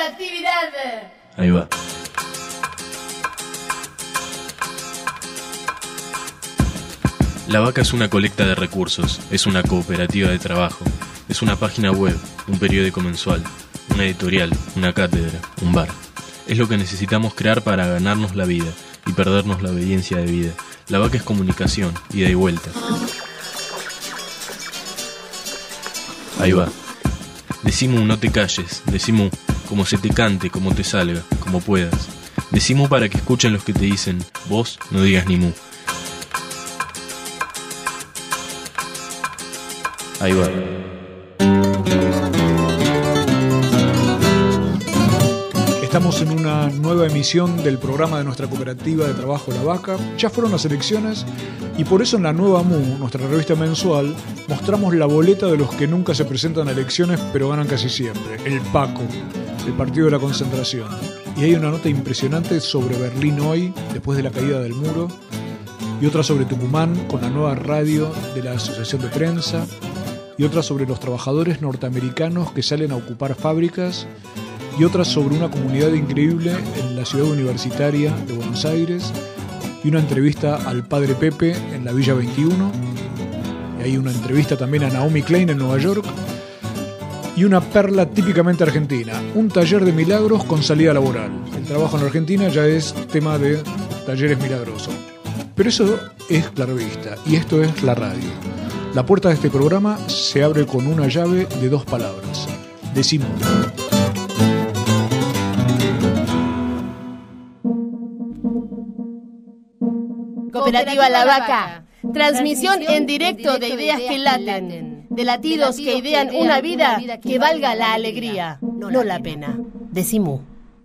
actividad. Ahí va. La Vaca es una colecta de recursos, es una cooperativa de trabajo, es una página web, un periódico mensual, una editorial, una cátedra, un bar. Es lo que necesitamos crear para ganarnos la vida y perdernos la obediencia de vida. La Vaca es comunicación, ida y vuelta. Ahí va. Decimu, no te calles. Decimu, como se te cante, como te salga, como puedas. Decimu para que escuchen los que te dicen, vos no digas ni mu. Ahí va. Estamos en una nueva emisión del programa de nuestra cooperativa de trabajo La Vaca. Ya fueron las elecciones y por eso en la Nueva Mu, nuestra revista mensual, mostramos la boleta de los que nunca se presentan a elecciones pero ganan casi siempre. El PACO, el Partido de la Concentración. Y hay una nota impresionante sobre Berlín hoy, después de la caída del muro, y otra sobre Tucumán, con la nueva radio de la Asociación de Prensa, y otra sobre los trabajadores norteamericanos que salen a ocupar fábricas, y otra sobre una comunidad increíble en la ciudad universitaria de Buenos Aires, y una entrevista al padre Pepe en la Villa 21, y hay una entrevista también a Naomi Klein en Nueva York, y una perla típicamente argentina, un taller de milagros con salida laboral. El trabajo en la Argentina ya es tema de talleres milagrosos. Pero eso es la revista, y esto es la radio. La puerta de este programa se abre con una llave de 2 palabras. Decimu. Cooperativa La Vaca. Transmisión en directo de ideas que laten, de latidos que idean una vida que valga la alegría, no la pena. Decimu.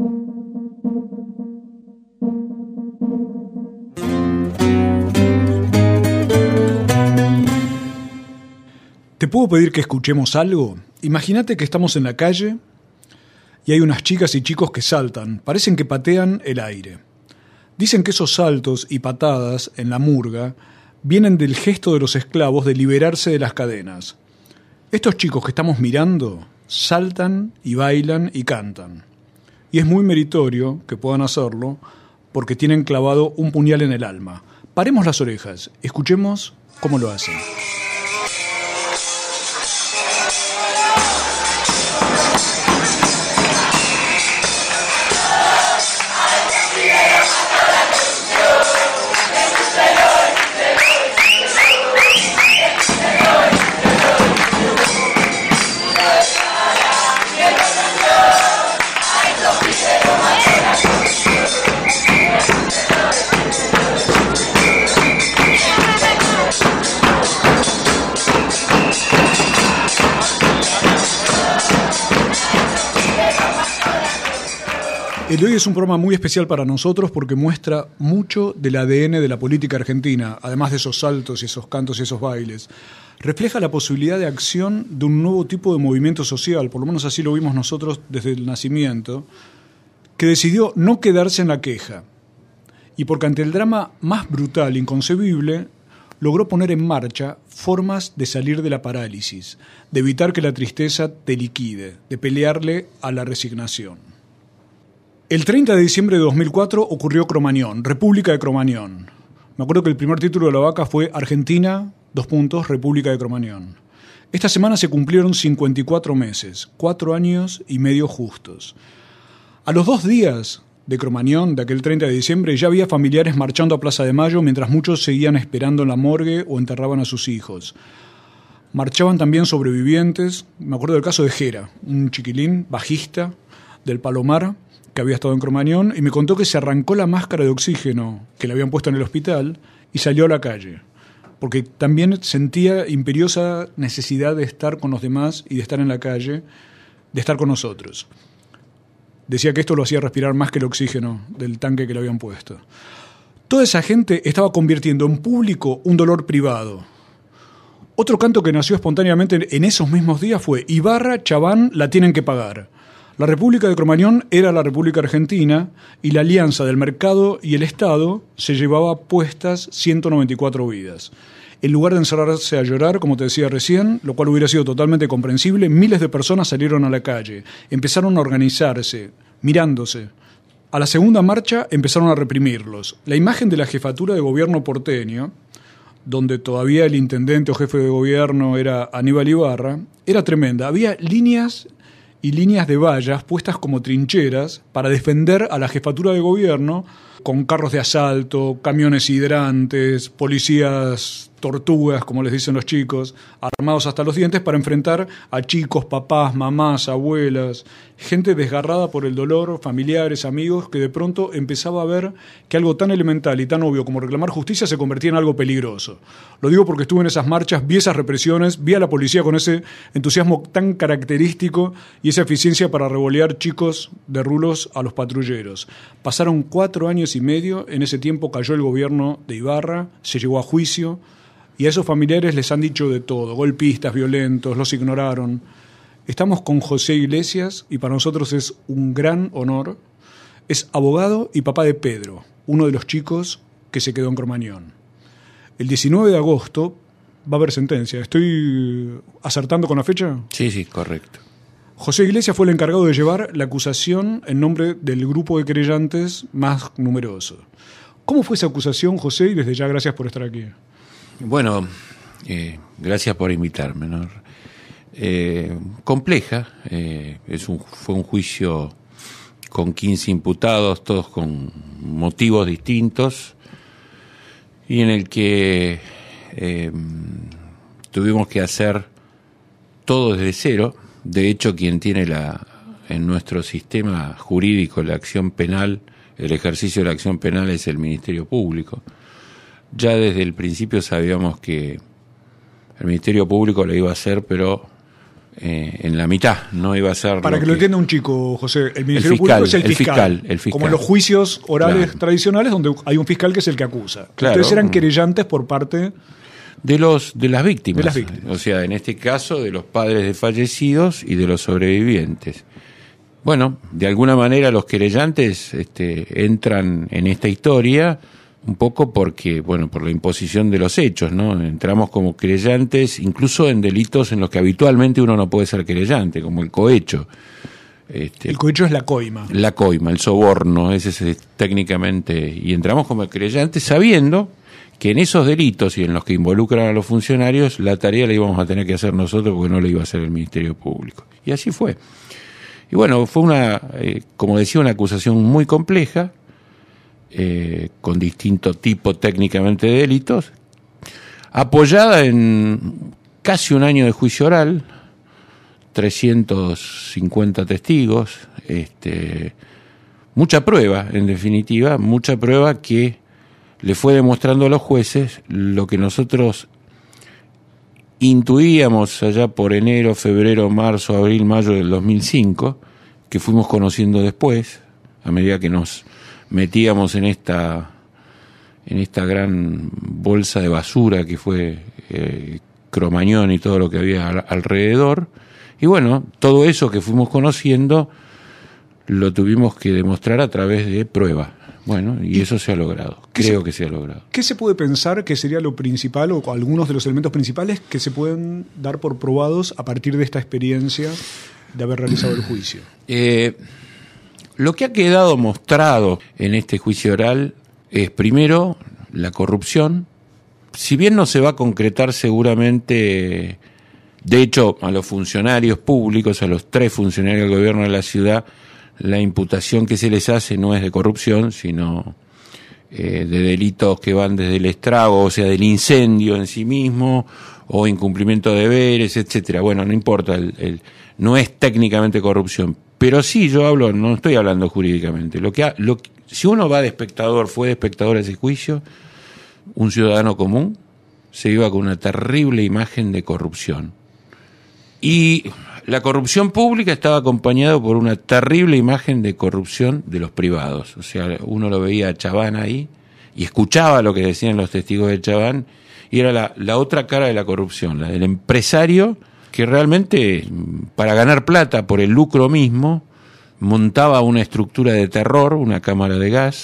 ¿Te puedo pedir que escuchemos algo? Imagínate que estamos en la calle y hay unas chicas y chicos que saltan, parecen que patean el aire. Dicen que esos saltos y patadas en la murga vienen del gesto de los esclavos de liberarse de las cadenas. Estos chicos que estamos mirando saltan y bailan y cantan. Y es muy meritorio que puedan hacerlo porque tienen clavado un puñal en el alma. Paremos las orejas, escuchemos cómo lo hacen. El de hoy es un programa muy especial para nosotros porque muestra mucho del ADN de la política argentina, además de esos saltos y esos cantos y esos bailes. Refleja la posibilidad de acción de un nuevo tipo de movimiento social, por lo menos así lo vimos nosotros desde el nacimiento, que decidió no quedarse en la queja. Y porque ante el drama más brutal, inconcebible, logró poner en marcha formas de salir de la parálisis, de evitar que la tristeza te liquide, de pelearle a la resignación. El 30 de diciembre de 2004 ocurrió Cromañón, República de Cromañón. Me acuerdo que el primer título de La Vaca fue Argentina, República de Cromañón. Esta semana se cumplieron 54 meses, 4 años y medio justos. A los 2 días de Cromañón, de aquel 30 de diciembre, ya había familiares marchando a Plaza de Mayo mientras muchos seguían esperando en la morgue o enterraban a sus hijos. Marchaban también sobrevivientes. Me acuerdo del caso de Jera, un chiquilín bajista del Palomar, que había estado en Cromañón, y me contó que se arrancó la máscara de oxígeno que le habían puesto en el hospital y salió a la calle, porque también sentía imperiosa necesidad de estar con los demás y de estar en la calle, de estar con nosotros. Decía que esto lo hacía respirar más que el oxígeno del tanque que le habían puesto. Toda esa gente estaba convirtiendo en público un dolor privado. Otro canto que nació espontáneamente en esos mismos días fue Ibarra, Chaván, la tienen que pagar. La República de Cromañón era la República Argentina y la alianza del mercado y el Estado se llevaba puestas 194 vidas. En lugar de encerrarse a llorar, como te decía recién, lo cual hubiera sido totalmente comprensible, miles de personas salieron a la calle, empezaron a organizarse, mirándose. A la segunda marcha empezaron a reprimirlos. La imagen de la jefatura de gobierno porteño, donde todavía el intendente o jefe de gobierno era Aníbal Ibarra, era tremenda. Había líneas y líneas de vallas puestas como trincheras para defender a la jefatura de gobierno, con carros de asalto, camiones hidrantes, policías tortugas, como les dicen los chicos, armados hasta los dientes para enfrentar a chicos, papás, mamás, abuelas, gente desgarrada por el dolor, familiares, amigos, que de pronto empezaba a ver que algo tan elemental y tan obvio como reclamar justicia se convertía en algo peligroso. Lo digo porque estuve en esas marchas, vi esas represiones, vi a la policía con ese entusiasmo tan característico y esa eficiencia para revolear chicos de rulos a los patrulleros. Pasaron 4 años y medio, en ese tiempo cayó el gobierno de Ibarra, se llegó a juicio, y a esos familiares les han dicho de todo, golpistas, violentos, los ignoraron. Estamos con José Iglesias y para nosotros es un gran honor. Es abogado y papá de Pedro, uno de los chicos que se quedó en Cromañón. El 19 de agosto va a haber sentencia. ¿Estoy acertando con la fecha? Sí, correcto. José Iglesias fue el encargado de llevar la acusación en nombre del grupo de querellantes más numeroso. ¿Cómo fue esa acusación, José? Y desde ya gracias por estar aquí. Bueno, gracias por invitarme, ¿no? Compleja, fue un juicio con 15 imputados, todos con motivos distintos, y en el que tuvimos que hacer todo desde cero. De hecho, quien tiene en nuestro sistema jurídico la acción penal, el ejercicio de la acción penal es el Ministerio Público. Ya desde el principio sabíamos que el Ministerio Público lo iba a hacer, pero en la mitad, no iba a ser... Para que lo entienda un chico, José, el Ministerio Público es el fiscal. Como en los juicios orales tradicionales, donde hay un fiscal que es el que acusa. Claro. Ustedes eran querellantes por parte... de las víctimas. O sea, en este caso, de los padres de fallecidos y de los sobrevivientes. Bueno, de alguna manera los querellantes entran en esta historia un poco porque, por la imposición de los hechos, ¿no? Entramos como querellantes, incluso en delitos en los que habitualmente uno no puede ser querellante, como el cohecho. El cohecho es la coima. La coima, el soborno, ese es técnicamente. Y entramos como querellantes sabiendo que en esos delitos y en los que involucran a los funcionarios, la tarea la íbamos a tener que hacer nosotros porque no la iba a hacer el Ministerio Público. Y así fue. Y bueno, fue como decía, una acusación muy compleja, con distinto tipo técnicamente de delitos, apoyada en casi un año de juicio oral, 350 testigos, mucha prueba, en definitiva, mucha prueba que le fue demostrando a los jueces lo que nosotros intuíamos allá por enero, febrero, marzo, abril, mayo del 2005, que fuimos conociendo después, a medida que nos metíamos en esta gran bolsa de basura que fue Cromañón y todo lo que había alrededor. Y bueno, todo eso que fuimos conociendo lo tuvimos que demostrar a través de prueba. Bueno, y eso se ha logrado. Creo que se ha logrado. ¿Qué se puede pensar que sería lo principal o algunos de los elementos principales que se pueden dar por probados a partir de esta experiencia de haber realizado el juicio? Lo que ha quedado mostrado en este juicio oral es, primero, la corrupción. Si bien no se va a concretar seguramente, de hecho, a los funcionarios públicos, a los 3 funcionarios del gobierno de la ciudad, la imputación que se les hace no es de corrupción, sino de delitos que van desde el estrago, o sea, del incendio en sí mismo, o incumplimiento de deberes, etcétera. Bueno, no importa, no es técnicamente corrupción. Pero sí, no estoy hablando jurídicamente. Si uno va de espectador, fue de espectador a ese juicio, un ciudadano común se iba con una terrible imagen de corrupción. Y la corrupción pública estaba acompañada por una terrible imagen de corrupción de los privados. O sea, uno lo veía a Chabán ahí y escuchaba lo que decían los testigos de Chabán, y era la otra cara de la corrupción, la del empresario que realmente, para ganar plata por el lucro mismo, montaba una estructura de terror, una cámara de gas,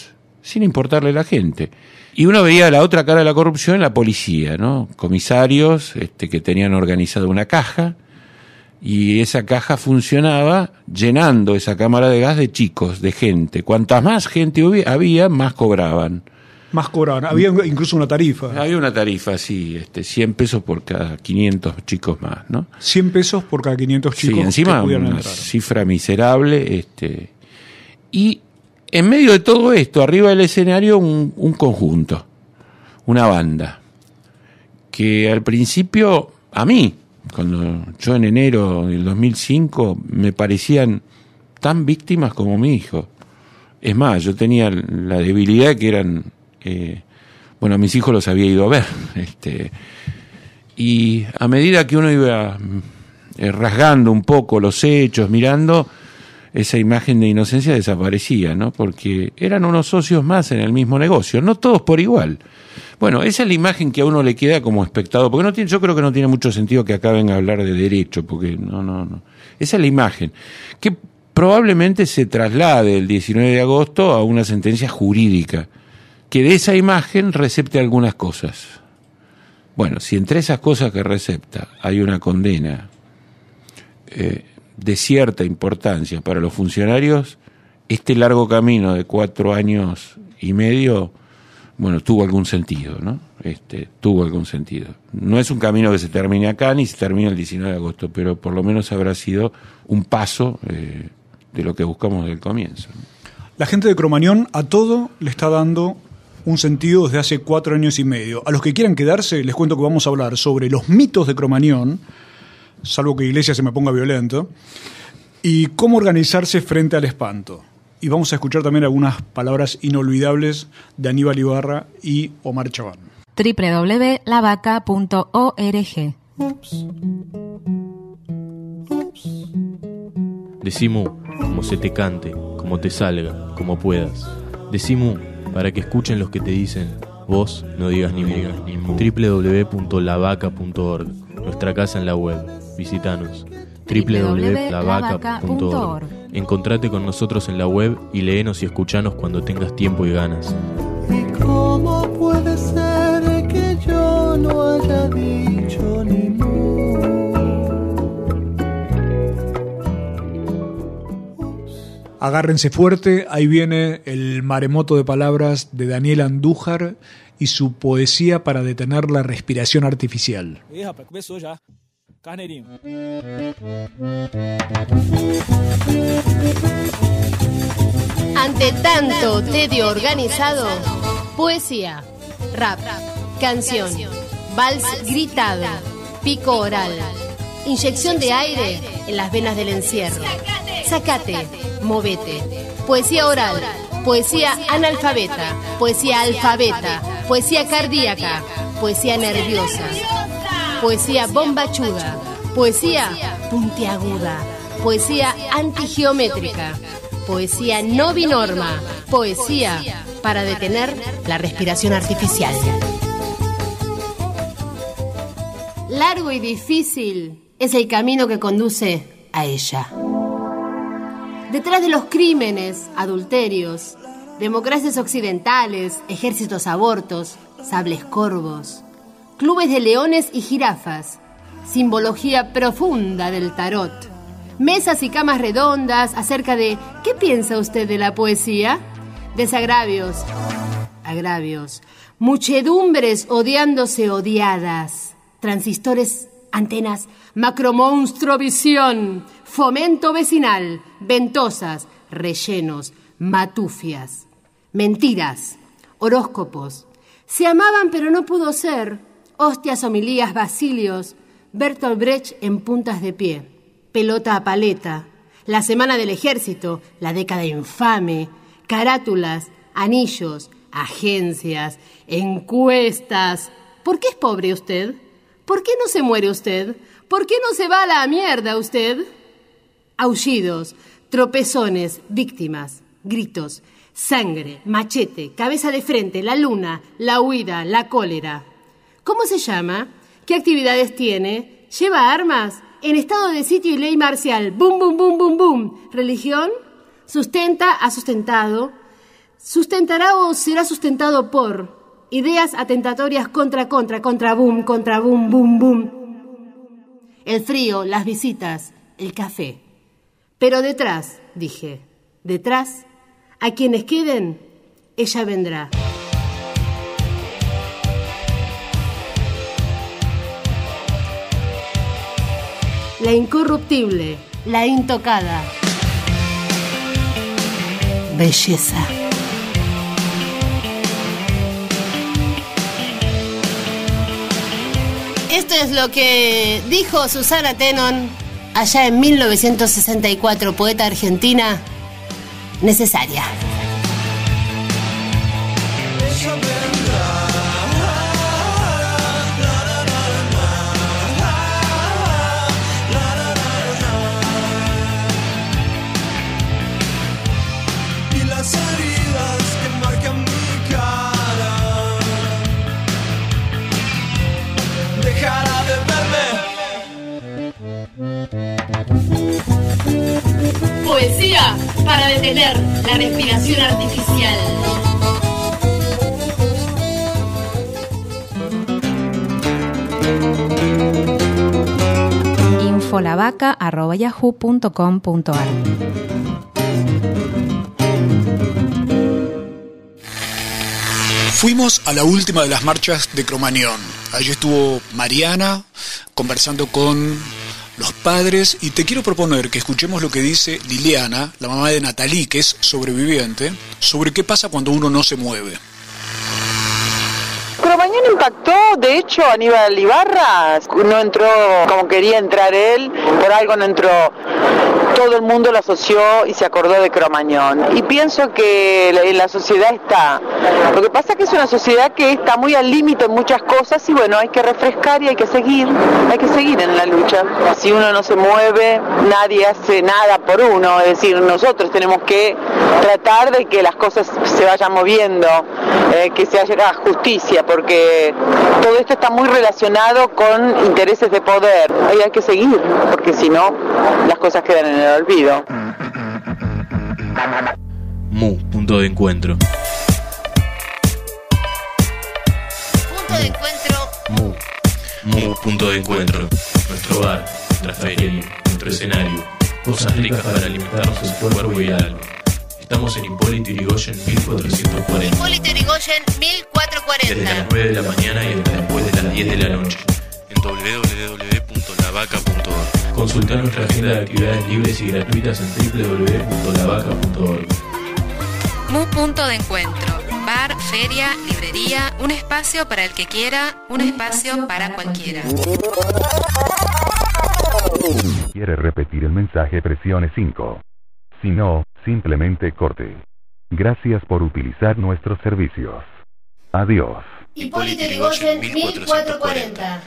sin importarle a la gente. Y uno veía la otra cara de la corrupción en la policía, ¿no? Comisarios que tenían organizada una caja, y esa caja funcionaba llenando esa cámara de gas de chicos, de gente. Cuantas más gente había, más cobraban. Más cobraban. Había incluso una tarifa. Había una tarifa, sí, 100 pesos por cada 500 chicos más, ¿no? 100 pesos por cada 500 chicos. Sí, encima que pudieran una entrar. cifra miserable. Y en medio de todo esto, arriba del escenario, un conjunto, una banda, que al principio, a mí, cuando yo en enero del 2005, me parecían tan víctimas como mi hijo. Es más, yo tenía la debilidad que eran... bueno, a mis hijos los había ido a ver. Y a medida que uno iba rasgando un poco los hechos, mirando, esa imagen de inocencia desaparecía, ¿no? Porque eran unos socios más en el mismo negocio, no todos por igual. Bueno, esa es la imagen que a uno le queda como espectador, porque yo creo que no tiene mucho sentido que acaben a hablar de derecho, porque no. Esa es la imagen, que probablemente se traslade el 19 de agosto a una sentencia jurídica, que de esa imagen recepte algunas cosas. Bueno, si entre esas cosas que recepta hay una condena de cierta importancia para los funcionarios, este largo camino de 4 años y medio, bueno, tuvo algún sentido, ¿no? Tuvo algún sentido. No es un camino que se termine acá, ni se termine el 19 de agosto, pero por lo menos habrá sido un paso de lo que buscamos desde el comienzo, ¿no? La gente de Cromañón a todo le está dando un sentido desde hace 4 años y medio. A los que quieran quedarse, les cuento que vamos a hablar sobre los mitos de Cromañón, salvo que Iglesias se me ponga violento, y cómo organizarse frente al espanto. Y vamos a escuchar también algunas palabras inolvidables de Aníbal Ibarra y Omar Chaván. www.lavaca.org. Decimu, como se te cante, como te salga, como puedas. Decimu, para que escuchen los que te dicen, vos no digas ni mu. www.lavaca.org, nuestra casa en la web. Visítanos. www.lavaca.org. Encontrate con nosotros en la web y léenos y escuchanos cuando tengas tiempo y ganas. ¿Y cómo puede ser que yo no haya dicho ni mu? Agárrense fuerte, ahí viene el maremoto de palabras de Daniel Andújar y su poesía para detener la respiración artificial. Rapaz, começou já. Carneirinho. Ante tanto tedio organizado, poesía, rap, canción, vals gritado, pico oral, inyección de aire en las venas del encierro. Sacate, movete. Poesía oral, poesía analfabeta, poesía alfabeta, poesía cardíaca, poesía nerviosa, poesía bombachuda, poesía puntiaguda, poesía antigeométrica, poesía no binorma, poesía para detener la respiración artificial. Largo y difícil es el camino que conduce a ella. Detrás de los crímenes, adulterios, democracias occidentales, ejércitos abortos, sables corvos, clubes de leones y jirafas, simbología profunda del tarot, mesas y camas redondas acerca de ¿qué piensa usted de la poesía? Desagravios, agravios, muchedumbres odiándose odiadas, transistores, antenas, macromonstrovisión, fomento vecinal, ventosas, rellenos, matufias, mentiras, horóscopos. Se amaban pero no pudo ser, hostias, homilías, basilios, Bertolt Brecht en puntas de pie, pelota a paleta, la semana del ejército, la década infame, carátulas, anillos, agencias, encuestas. ¿Por qué es pobre usted? ¿Por qué no se muere usted? ¿Por qué no se va a la mierda usted? Aullidos, tropezones, víctimas, gritos, sangre, machete, cabeza de frente, la luna, la huida, la cólera. ¿Cómo se llama? ¿Qué actividades tiene? ¿Lleva armas? En estado de sitio y ley marcial. ¡Bum, bum, bum, bum, bum! ¿Religión? ¿Sustenta? ¿Ha sustentado? sustentará o será sustentado por ideas atentatorias contra boom, boom, boom. El frío, las visitas, el café. Pero detrás, dije, detrás, a quienes queden, ella vendrá. La incorruptible, la intocada. Belleza. Esto es lo que dijo Susana Tenon allá en 1964, poeta argentina, necesaria. Poesía para detener la respiración artificial. infolavaca@yahoo.com.ar. Fuimos a la última de las marchas de Cromañón. Allí estuvo Mariana conversando con los padres, y te quiero proponer que escuchemos lo que dice Liliana, la mamá de Natalí, que es sobreviviente, sobre qué pasa cuando uno no se mueve. Cromañón impactó, de hecho, a Aníbal Ibarra, no entró como quería entrar él, por algo no entró. Todo el mundo lo asoció y se acordó de Cromañón. Y pienso que en la sociedad está. Lo que pasa es que es una sociedad que está muy al límite en muchas cosas y bueno, hay que refrescar y hay que seguir en la lucha. Si uno no se mueve, nadie hace nada por uno, es decir, nosotros tenemos que tratar de que las cosas se vayan moviendo, que se haga justicia, porque todo esto está muy relacionado con intereses de poder. Ahí hay que seguir, porque si no, las cosas quedan en el olvido. Punto de encuentro. Punto de encuentro. Punto de encuentro. Nuestro bar, nuestra feria, nuestro escenario. Cosas ricas para alimentarnos el cuerpo y el alma. Estamos en Hipólito Yrigoyen 1440. Hipólito Yrigoyen 1440. Desde las 9 de la mañana y hasta después de las 10 de la noche. En www.lavaca.org. Consulta nuestra agenda de actividades libres y gratuitas en www.lavaca.org. Punto de encuentro. Bar, feria, librería, un espacio para el que quiera, un espacio para cualquiera. ¿Quiere repetir el mensaje? Presione 5. Si no, simplemente corte. Gracias por utilizar nuestros servicios. Adiós. Hipólito Yrigoyen 1440.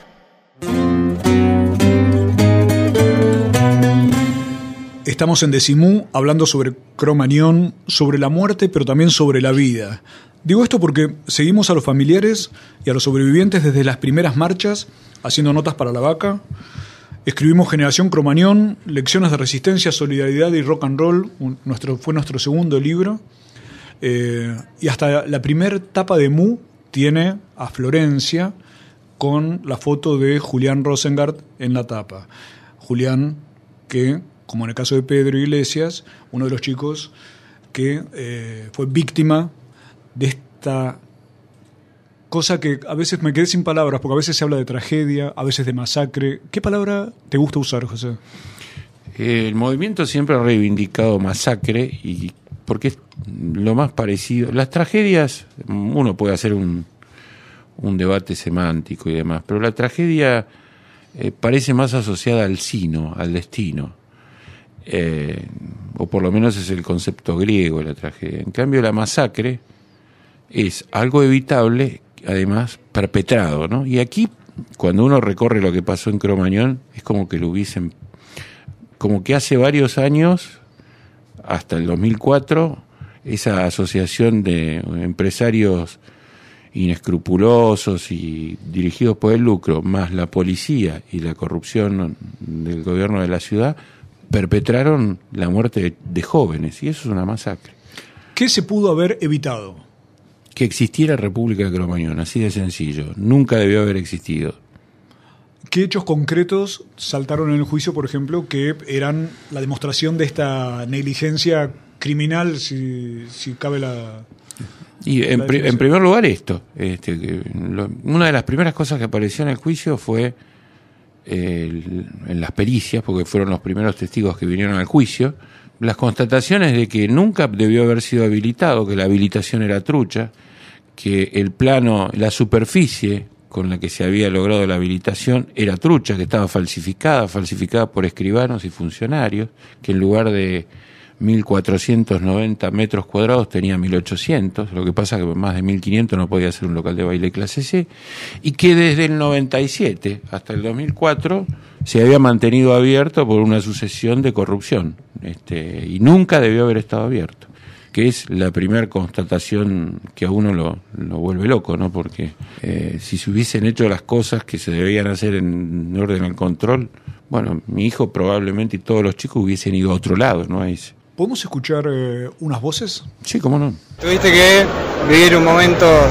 Estamos en Decimú hablando sobre Cromañón, sobre la muerte, pero también sobre la vida. Digo esto porque seguimos a los familiares y a los sobrevivientes desde las primeras marchas, haciendo notas para La Vaca. Escribimos Generación Cromañón, Lecciones de Resistencia, Solidaridad y Rock and Roll, fue nuestro segundo libro. Y hasta la primer tapa de Mu tiene a Florencia con la foto de Julián Rosengart en la tapa. Julián, que, como en el caso de Pedro Iglesias, uno de los chicos que fue víctima de esta cosa que a veces me quedé sin palabras, porque a veces se habla de tragedia, a veces de masacre. ¿Qué palabra te gusta usar, José? El movimiento siempre ha reivindicado masacre, y porque es lo más parecido. Las tragedias, uno puede hacer un debate semántico y demás, pero la tragedia parece más asociada al sino, al destino. O por lo menos es el concepto griego de la tragedia. En cambio, la masacre es algo evitable, además perpetrado, ¿no? Y aquí, cuando uno recorre lo que pasó en Cromañón, es como que lo hubiesen, como que hace varios años, hasta el 2004, esa asociación de empresarios inescrupulosos y dirigidos por el lucro, más la policía y la corrupción del gobierno de la ciudad, perpetraron la muerte de jóvenes, y eso es una masacre. ¿Qué se pudo haber evitado? Que existiera República de Cromañón, así de sencillo. Nunca debió haber existido. ¿Qué hechos concretos saltaron en el juicio, por ejemplo, que eran la demostración de esta negligencia criminal, si cabe la... Y en primer lugar esto, una de las primeras cosas que apareció en el juicio fue en las pericias, porque fueron los primeros testigos que vinieron al juicio, las constataciones de que nunca debió haber sido habilitado, que la habilitación era trucha, que el plano, la superficie con la que se había logrado la habilitación era trucha, que estaba falsificada por escribanos y funcionarios, que en lugar de 1.490 metros cuadrados tenía 1.800, lo que pasa que más de 1.500 no podía ser un local de baile clase C, y que desde el 97 hasta el 2004 se había mantenido abierto por una sucesión de corrupción, y nunca debió haber estado abierto, que es la primera constatación que a uno lo vuelve loco, ¿no? Porque si se hubiesen hecho las cosas que se debían hacer en orden al control, bueno, mi hijo probablemente y todos los chicos hubiesen ido a otro lado, ¿no? ¿Podemos escuchar unas voces? Sí, cómo no. Tuviste que vivir momentos,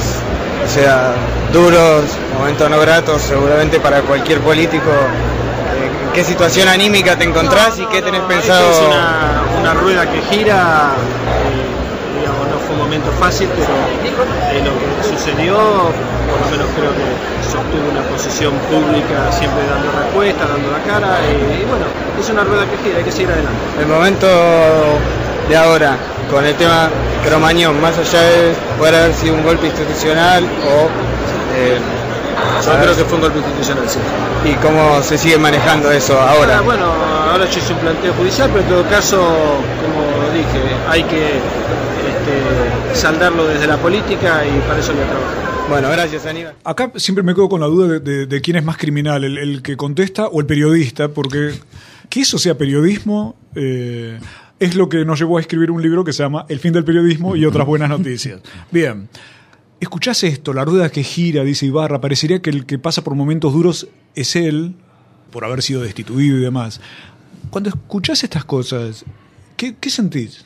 duros, momentos no gratos, seguramente para cualquier político. ¿En qué situación anímica te encontrás y qué tenés pensado? Es una rueda que gira, digamos, no fue un momento fácil, pero lo que sucedió, por lo menos creo que sostuvo una posición pública, siempre dando respuesta, dando la cara, y bueno, es una rueda que gira, hay que seguir adelante. El momento de ahora, con el tema Cromañón, más allá de poder haber sido un golpe institucional o... Yo creo que fue un golpe institucional, sí. ¿Y cómo se sigue manejando eso ahora? Bueno, ahora yo hice un planteo judicial, pero en todo caso, como dije, hay que saldarlo desde la política y para eso voy a trabajar. Bueno, gracias, Aníbal. Acá siempre me quedo con la duda de quién es más criminal, el que contesta o el periodista, porque que eso sea periodismo es lo que nos llevó a escribir un libro que se llama El fin del periodismo y otras buenas noticias. Bien. Escuchás esto, la rueda que gira, dice Ibarra, parecería que el que pasa por momentos duros es él, por haber sido destituido y demás. Cuando escuchás estas cosas, ¿qué sentís?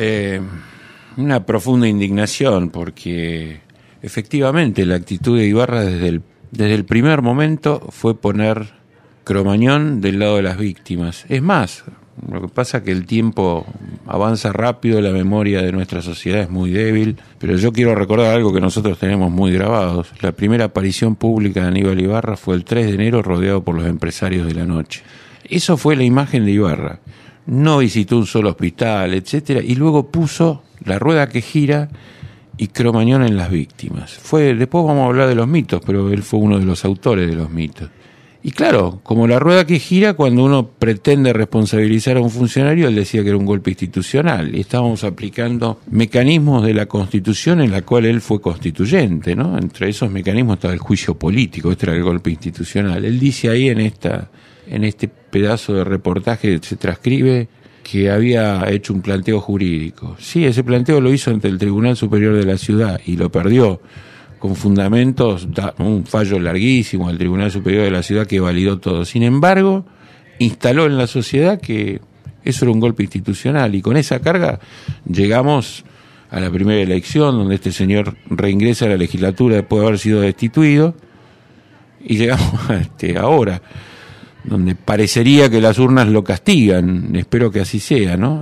Una profunda indignación, porque efectivamente la actitud de Ibarra desde el primer momento fue poner Cromañón del lado de las víctimas. Es más, lo que pasa es que el tiempo avanza rápido, la memoria de nuestra sociedad es muy débil, pero yo quiero recordar algo que nosotros tenemos muy grabados. La primera aparición pública de Aníbal Ibarra fue el 3 de enero rodeado por los empresarios de la noche. Eso fue la imagen de Ibarra. No visitó un solo hospital, etcétera, y luego puso la rueda que gira y Cromañón en las víctimas. Después vamos a hablar de los mitos, pero él fue uno de los autores de los mitos. Y claro, como la rueda que gira, cuando uno pretende responsabilizar a un funcionario, él decía que era un golpe institucional. Y estábamos aplicando mecanismos de la Constitución en la cual él fue constituyente, ¿no? Entre esos mecanismos estaba el juicio político, este era el golpe institucional. Él dice ahí en este pedazo de reportaje que se transcribe que había hecho un planteo jurídico. Sí, ese planteo lo hizo ante el Tribunal Superior de la Ciudad y lo perdió. Con fundamentos, un fallo larguísimo del Tribunal Superior de la Ciudad que validó todo. Sin embargo, instaló en la sociedad que eso era un golpe institucional y con esa carga llegamos a la primera elección donde este señor reingresa a la legislatura después de haber sido destituido y llegamos a ahora, donde parecería que las urnas lo castigan. Espero que así sea, ¿no?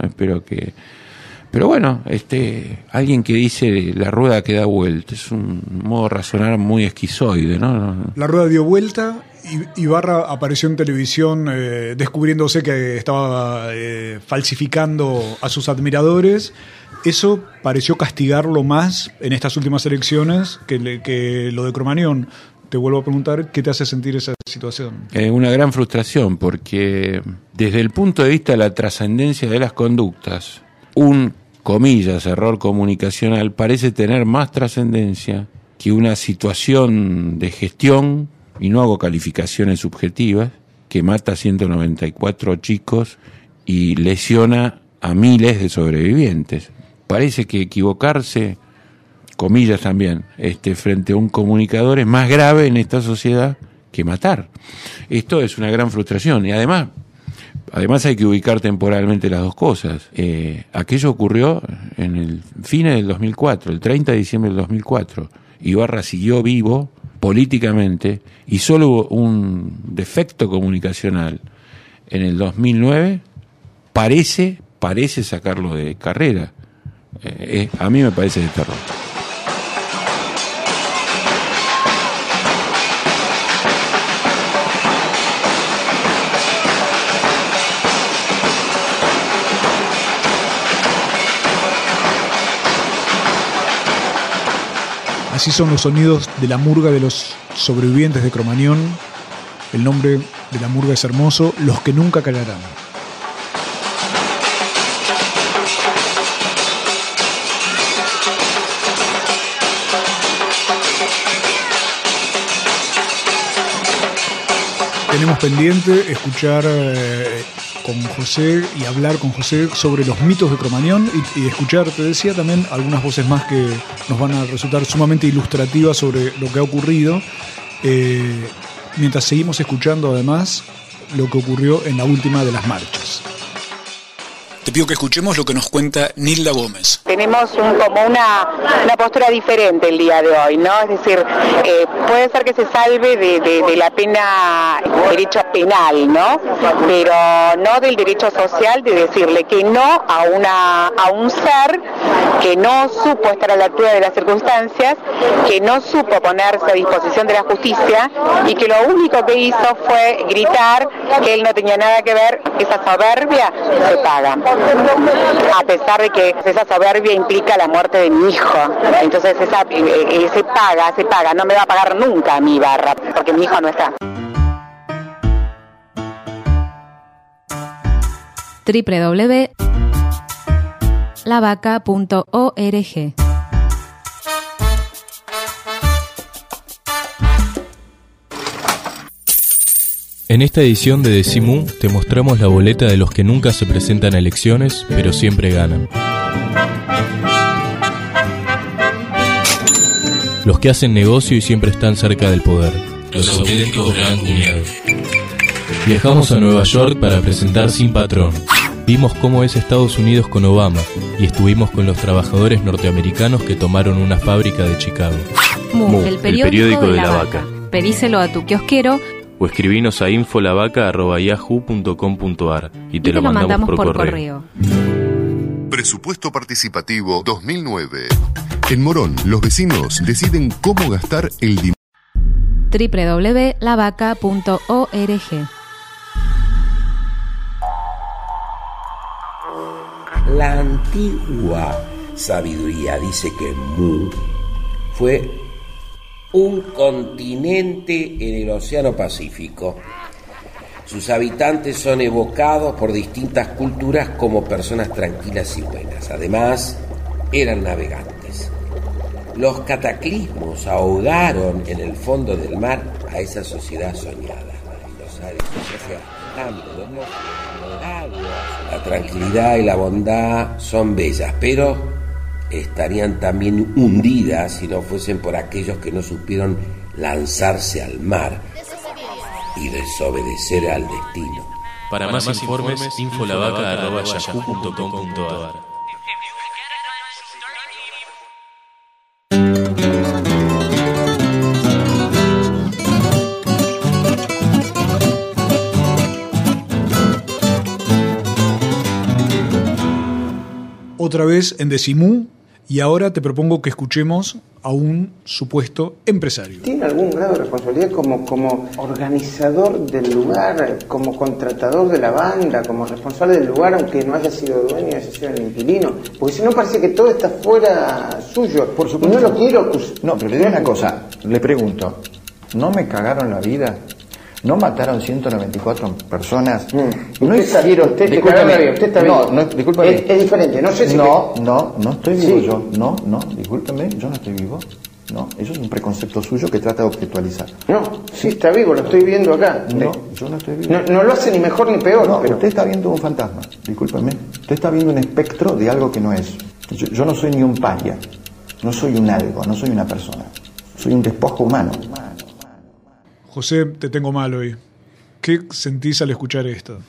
Pero bueno, alguien que dice la rueda que da vuelta, es un modo de razonar muy esquizoide, ¿no? La rueda dio vuelta, Ibarra apareció en televisión descubriéndose que estaba falsificando a sus admiradores. Eso pareció castigarlo más en estas últimas elecciones que lo de Cromañón. Te vuelvo a preguntar, ¿qué te hace sentir esa situación? Una gran frustración, porque desde el punto de vista de la trascendencia de las conductas, comillas, error comunicacional, parece tener más trascendencia que una situación de gestión, y no hago calificaciones subjetivas, que mata a 194 chicos y lesiona a miles de sobrevivientes. Parece que equivocarse, comillas también, frente a un comunicador es más grave en esta sociedad que matar. Esto es una gran frustración y además además hay que ubicar temporalmente las dos cosas. Aquello ocurrió en el fin del 2004, el 30 de diciembre del 2004. Ibarra siguió vivo políticamente y solo hubo un defecto comunicacional en el 2009, parece sacarlo de carrera. A mí me parece de terror. Así son los sonidos de la murga de los sobrevivientes de Cromañón. El nombre de la murga es hermoso, Los que nunca callarán. Tenemos pendiente escuchar con José y hablar con José sobre los mitos de Cromañón y escuchar, te decía, también algunas voces más que nos van a resultar sumamente ilustrativas sobre lo que ha ocurrido, mientras seguimos escuchando además lo que ocurrió en la última de las marchas. Te pido que escuchemos lo que nos cuenta Nilda Gómez. Tenemos como una postura diferente el día de hoy, ¿no? Es decir, puede ser que se salve de la pena, derecho penal, ¿no? Pero no del derecho social de decirle que no a un ser que no supo estar a la altura de las circunstancias, que no supo ponerse a disposición de la justicia y que lo único que hizo fue gritar que él no tenía nada que ver. Esa soberbia se paga. A pesar de que esa soberbia implica la muerte de mi hijo. Entonces se paga, no me va a pagar nunca a mi Ibarra, porque mi hijo no está. www.lavaca.org. En esta edición de Decimú te mostramos la boleta de los que nunca se presentan a elecciones, pero siempre ganan. Los que hacen negocio y siempre están cerca del poder. Los auténticos gran cuñados. Viajamos a Nueva York para presentar Sin Patrón. Vimos cómo es Estados Unidos con Obama y estuvimos con los trabajadores norteamericanos que tomaron una fábrica de Chicago. El periódico de la vaca. Pedíselo a tu kiosquero o escribinos a infolavaca@yahoo.com.ar y te lo mandamos por correo. Presupuesto Participativo 2009. En Morón, los vecinos deciden cómo gastar el dinero. www.lavaca.org. La antigua sabiduría dice que Mu fue un continente en el Océano Pacífico. Sus habitantes son evocados por distintas culturas como personas tranquilas y buenas. Además, eran navegantes. Los cataclismos ahogaron en el fondo del mar a esa sociedad soñada. La tranquilidad y la bondad son bellas, pero estarían también hundidas si no fuesen por aquellos que no supieron lanzarse al mar y desobedecer al destino. Para más informes, infolavaca@yahoo.com.ar. Otra vez en Decimú, y ahora te propongo que escuchemos a un supuesto empresario. ¿Tiene algún grado de responsabilidad como organizador del lugar, como contratador de la banda, como responsable del lugar, aunque no haya sido dueño y haya sido el inquilino? Porque si no parece que todo está fuera suyo. Por supuesto. No lo quiero. No, pero le digo una cosa, le pregunto, ¿no me cagaron la vida? ¿No mataron 194 personas? No hicieron, usted está vivo. No, discúlpeme. Es diferente, no sé si... No estoy vivo yo. No, discúlpeme, yo no estoy vivo. No, eso es un preconcepto suyo que trata de objetualizar. No, sí está vivo, lo estoy viendo acá. No, yo no estoy vivo. No lo hace ni mejor ni peor. No, pero usted está viendo un fantasma, discúlpeme. Usted está viendo un espectro de algo que no es. Yo no soy ni un paria, no soy un algo, no soy una persona. Soy un despojo humano. José, te tengo mal hoy. ¿Qué sentís al escuchar esto?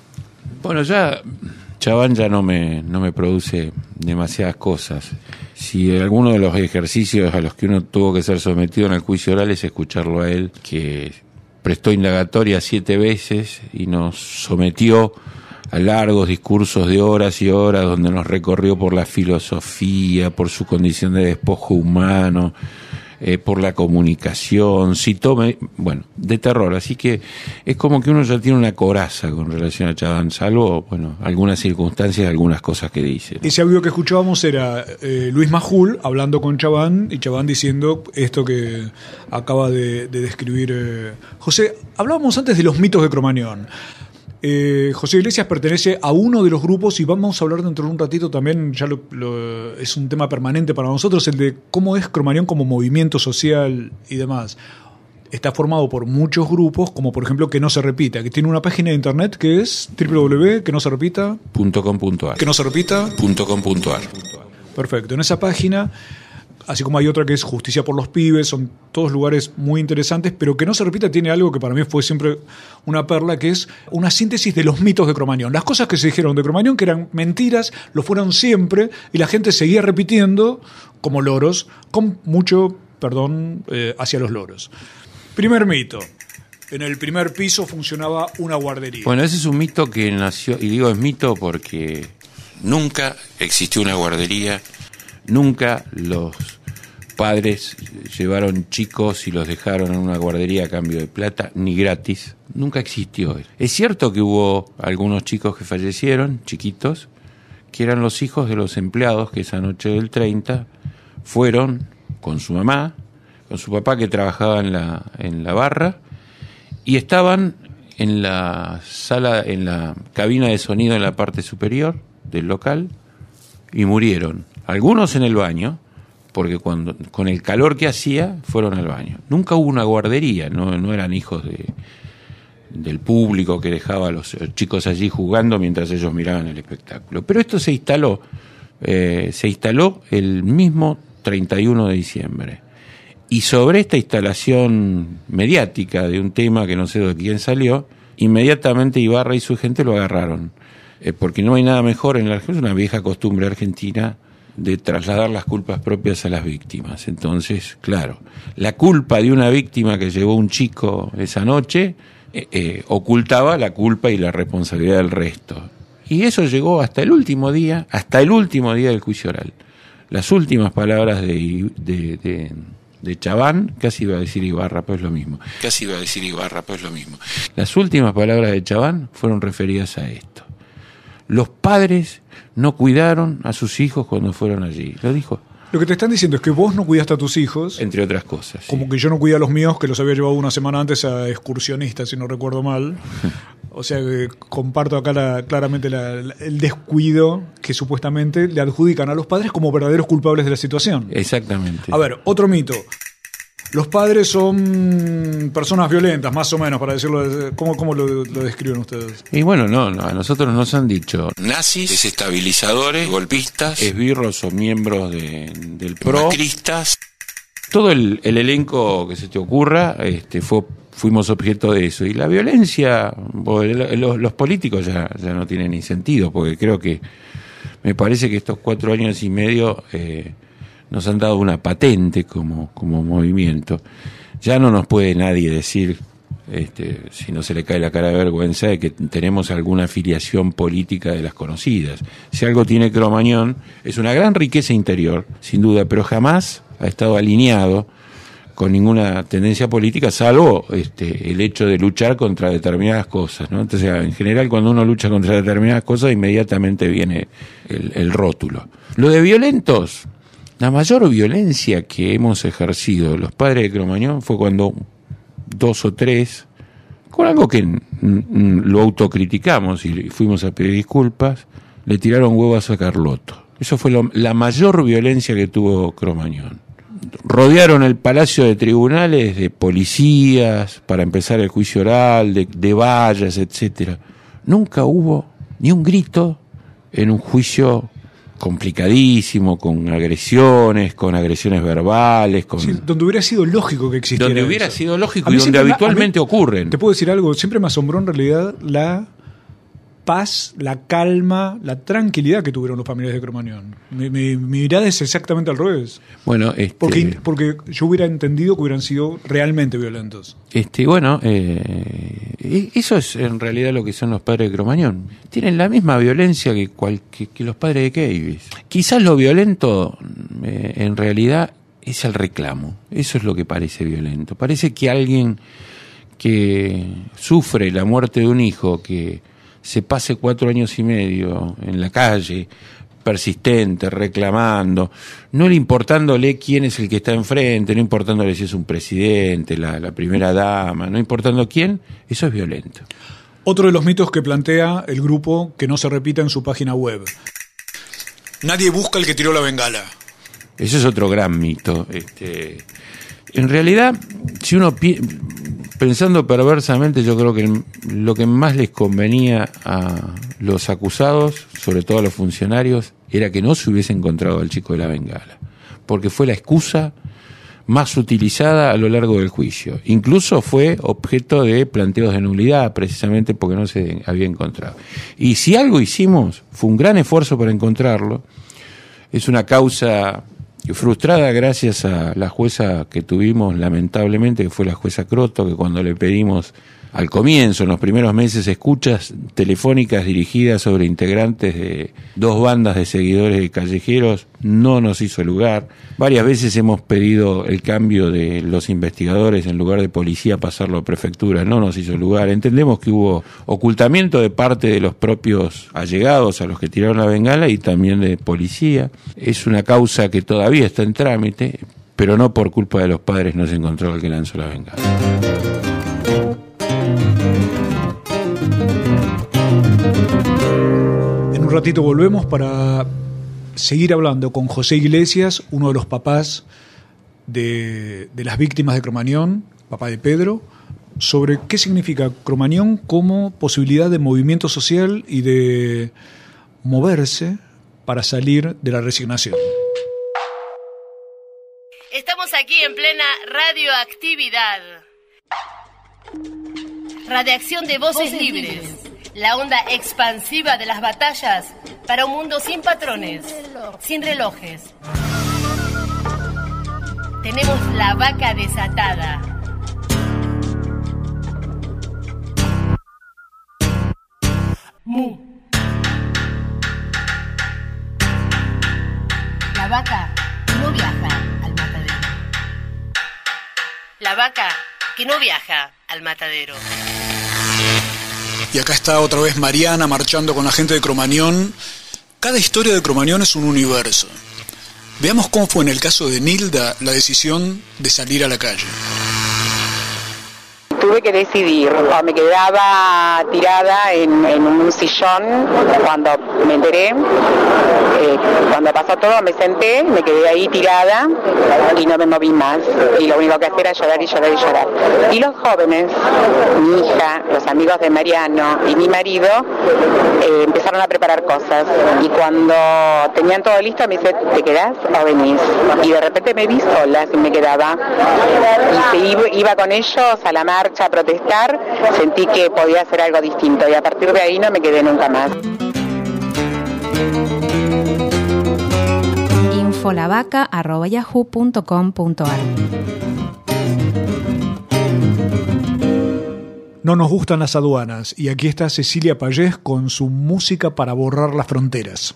Bueno, ya Chabán ya no me produce demasiadas cosas. Si alguno de los ejercicios a los que uno tuvo que ser sometido en el juicio oral es escucharlo a él, que prestó indagatoria 7 veces y nos sometió a largos discursos de horas y horas, donde nos recorrió por la filosofía, por su condición de despojo humano, por la comunicación, citó, bueno, de terror. Así que es como que uno ya tiene una coraza con relación a Chabán, salvo, bueno, algunas circunstancias, algunas cosas que dice, ¿no? Ese audio que escuchábamos era Luis Majul hablando con Chabán, y Chabán diciendo esto que acaba de describir José. Hablábamos antes de los mitos de Cromañón. José Iglesias pertenece a uno de los grupos, y vamos a hablar dentro de un ratito también, ya es un tema permanente para nosotros, el de cómo es Cromañón como movimiento social y demás. Está formado por muchos grupos, como por ejemplo Que No Se Repita, que tiene una página de internet que es www.quenoserepita.com.ar. Que no se repita .com.ar. Perfecto. En esa página, así como hay otra que es Justicia por los Pibes, son todos lugares muy interesantes, pero Que No Se Repita tiene algo que para mí fue siempre una perla, que es una síntesis de los mitos de Cromañón. Las cosas que se dijeron de Cromañón, que eran mentiras, lo fueron siempre, y la gente seguía repitiendo como loros, con mucho perdón hacia los loros. Primer mito. En el primer piso funcionaba una guardería. Bueno, ese es un mito que nació, y digo es mito porque nunca existió una guardería, nunca los padres llevaron chicos y los dejaron en una guardería a cambio de plata, ni gratis, nunca existió. Es cierto que hubo algunos chicos que fallecieron, chiquitos, que eran los hijos de los empleados que esa noche del 30 fueron con su mamá, con su papá que trabajaba en la barra, y estaban en la sala, en la cabina de sonido en la parte superior del local, y murieron. Algunos en el baño, porque con el calor que hacía, fueron al baño. Nunca hubo una guardería, no eran hijos del público que dejaba a los chicos allí jugando mientras ellos miraban el espectáculo. Pero esto se instaló el mismo 31 de diciembre. Y sobre esta instalación mediática de un tema que no sé de quién salió, inmediatamente Ibarra y su gente lo agarraron. Porque no hay nada mejor en la Argentina, es una vieja costumbre argentina de trasladar las culpas propias a las víctimas. Entonces, claro, la culpa de una víctima que llevó un chico esa noche ocultaba la culpa y la responsabilidad del resto. Y eso llegó hasta el último día del juicio oral. Las últimas palabras de Chabán, casi iba a decir Ibarra, pues lo mismo. Las últimas palabras de Chabán fueron referidas a esto. Los padres no cuidaron a sus hijos cuando fueron allí. Lo dijo. Lo que te están diciendo es que vos no cuidaste a tus hijos. Entre otras cosas. Como sí. Que yo no cuidé a los míos, que los había llevado una semana antes a excursionistas, si no recuerdo mal. O sea que comparto acá claramente el descuido que supuestamente le adjudican a los padres como verdaderos culpables de la situación. Exactamente. A ver, otro mito. Los padres son personas violentas, más o menos, para decirlo. ¿Cómo lo describen ustedes? Y bueno, no, a nosotros nos han dicho nazis, desestabilizadores, golpistas, esbirros o miembros del PRO, macristas. Todo el elenco que se te ocurra, fuimos objeto de eso. Y la violencia, los políticos ya no tienen ni sentido, porque creo que me parece que estos 4 años y medio nos han dado una patente como movimiento. Ya no nos puede nadie decir, si no se le cae la cara de vergüenza, de que tenemos alguna afiliación política de las conocidas. Si algo tiene Cromañón, es una gran riqueza interior, sin duda, pero jamás ha estado alineado con ninguna tendencia política, salvo el hecho de luchar contra determinadas cosas, ¿no? Entonces, en general, cuando uno lucha contra determinadas cosas, inmediatamente viene el rótulo. Lo de violentos, la mayor violencia que hemos ejercido los padres de Cromañón fue cuando 2 o 3, con algo que lo autocriticamos y fuimos a pedir disculpas, le tiraron huevos a Carlotto. Eso fue la mayor violencia que tuvo Cromañón. Rodearon el Palacio de Tribunales de policías para empezar el juicio oral, de vallas, etcétera. Nunca hubo ni un grito en un juicio complicadísimo, con agresiones verbales, sí, donde hubiera sido lógico que existiera. Donde hubiera sido lógico y donde habitualmente ocurren. Te puedo decir algo, siempre me asombró en realidad paz, la calma, la tranquilidad que tuvieron los familiares de Cromañón. Mi mirada es exactamente al revés. Bueno, porque yo hubiera entendido que hubieran sido realmente violentos. Eso es en realidad lo que son los padres de Cromañón. Tienen la misma violencia que los padres de Keyvis. Quizás lo violento en realidad es el reclamo. Eso es lo que parece violento. Parece que alguien que sufre la muerte de un hijo, que se pase 4 años y medio en la calle, persistente, reclamando, no le importándole quién es el que está enfrente, no importándole si es un presidente, la primera dama, no importando quién, eso es violento. Otro de los mitos que plantea el grupo, que no se repite en su página web: nadie busca el que tiró la bengala. Eso es otro gran mito. En realidad, si uno pensando perversamente, yo creo que lo que más les convenía a los acusados, sobre todo a los funcionarios, era que no se hubiese encontrado al chico de la bengala, porque fue la excusa más utilizada a lo largo del juicio. Incluso fue objeto de planteos de nulidad, precisamente porque no se había encontrado. Y si algo hicimos, fue un gran esfuerzo para encontrarlo. Es una causa frustrada gracias a la jueza que tuvimos, lamentablemente, que fue la jueza Croto, que cuando le pedimos al comienzo, en los primeros meses, escuchas telefónicas dirigidas sobre integrantes de 2 bandas de seguidores de callejeros, no nos hizo lugar. Varias veces hemos pedido el cambio de los investigadores, en lugar de policía pasarlo a prefectura, no nos hizo lugar. Entendemos que hubo ocultamiento de parte de los propios allegados a los que tiraron la bengala y también de policía. Es una causa que todavía está en trámite, pero no por culpa de los padres no se encontró el que lanzó la bengala. En un ratito volvemos para seguir hablando con José Iglesias, uno de los papás de las víctimas de Cromañón, papá de Pedro, sobre qué significa Cromañón como posibilidad de movimiento social y de moverse para salir de la resignación. Estamos aquí en plena radioactividad. Radiación de voces libres. La onda expansiva de las batallas para un mundo sin patrones, sin relojes. Tenemos la vaca desatada. Mu. La vaca no viaja al matadero. La vaca que no viaja al matadero. Y acá está otra vez Mariana marchando con la gente de Cromañón. Cada historia de Cromañón es un universo. Veamos cómo fue en el caso de Nilda la decisión de salir a la calle. Tuve que decidir, o me quedaba tirada en un sillón cuando me enteré, cuando pasó todo me senté, me quedé ahí tirada y no me moví más, y lo único que hacía era llorar y llorar y llorar. Y los jóvenes, mi hija, los amigos de Mariano y mi marido, empezaron a preparar cosas, y cuando tenían todo listo me dice, ¿te quedás o venís? Y de repente me vi sola, si me quedaba, y iba con ellos a la marcha a protestar, sentí que podía hacer algo distinto y a partir de ahí no me quedé nunca más. infolavaca@yahoo.com.ar. No nos gustan las aduanas, y aquí está Cecilia Payés con su música para borrar las fronteras.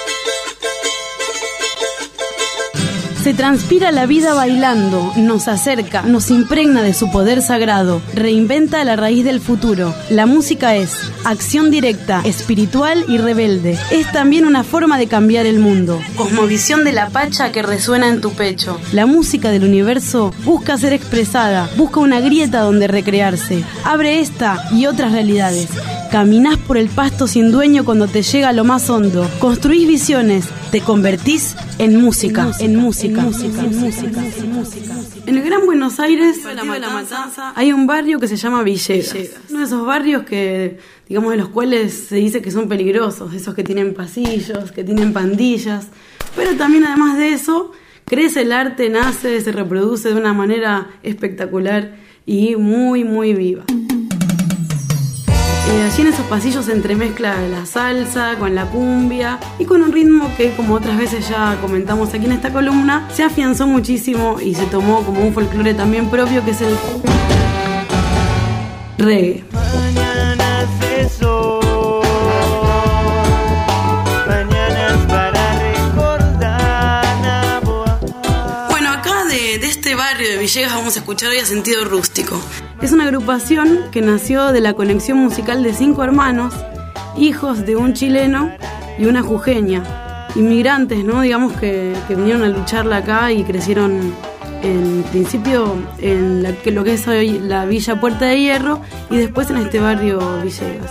Se transpira la vida bailando, nos acerca, nos impregna de su poder sagrado, reinventa la raíz del futuro. La música es acción directa, espiritual y rebelde. Es también una forma de cambiar el mundo. Cosmovisión de la pacha que resuena en tu pecho. La música del universo busca ser expresada, busca una grieta donde recrearse. Abre esta y otras realidades. Caminás por el pasto sin dueño cuando te llega a lo más hondo. Construís visiones, te convertís en música. En música. En el Gran Buenos Aires, La Matanza, hay un barrio que se llama Villegas. Uno de esos barrios que, digamos, de los cuales se dice que son peligrosos, esos que tienen pasillos, que tienen pandillas. Pero también, además de eso, crece el arte, nace, se reproduce de una manera espectacular y muy, muy viva. Allí en esos pasillos se entremezcla la salsa con la cumbia y con un ritmo que, como otras veces ya comentamos aquí en esta columna, se afianzó muchísimo y se tomó como un folclore también propio, que es el reggae. Bueno, acá de este barrio de Villegas vamos a escuchar hoy a Sentido Rústico. Es una agrupación que nació de la conexión musical de 5 hermanos, hijos de un chileno y una jujeña, inmigrantes, ¿no? Digamos que vinieron a lucharla acá y crecieron en principio en lo que es hoy la Villa Puerta de Hierro y después en este barrio Villegas.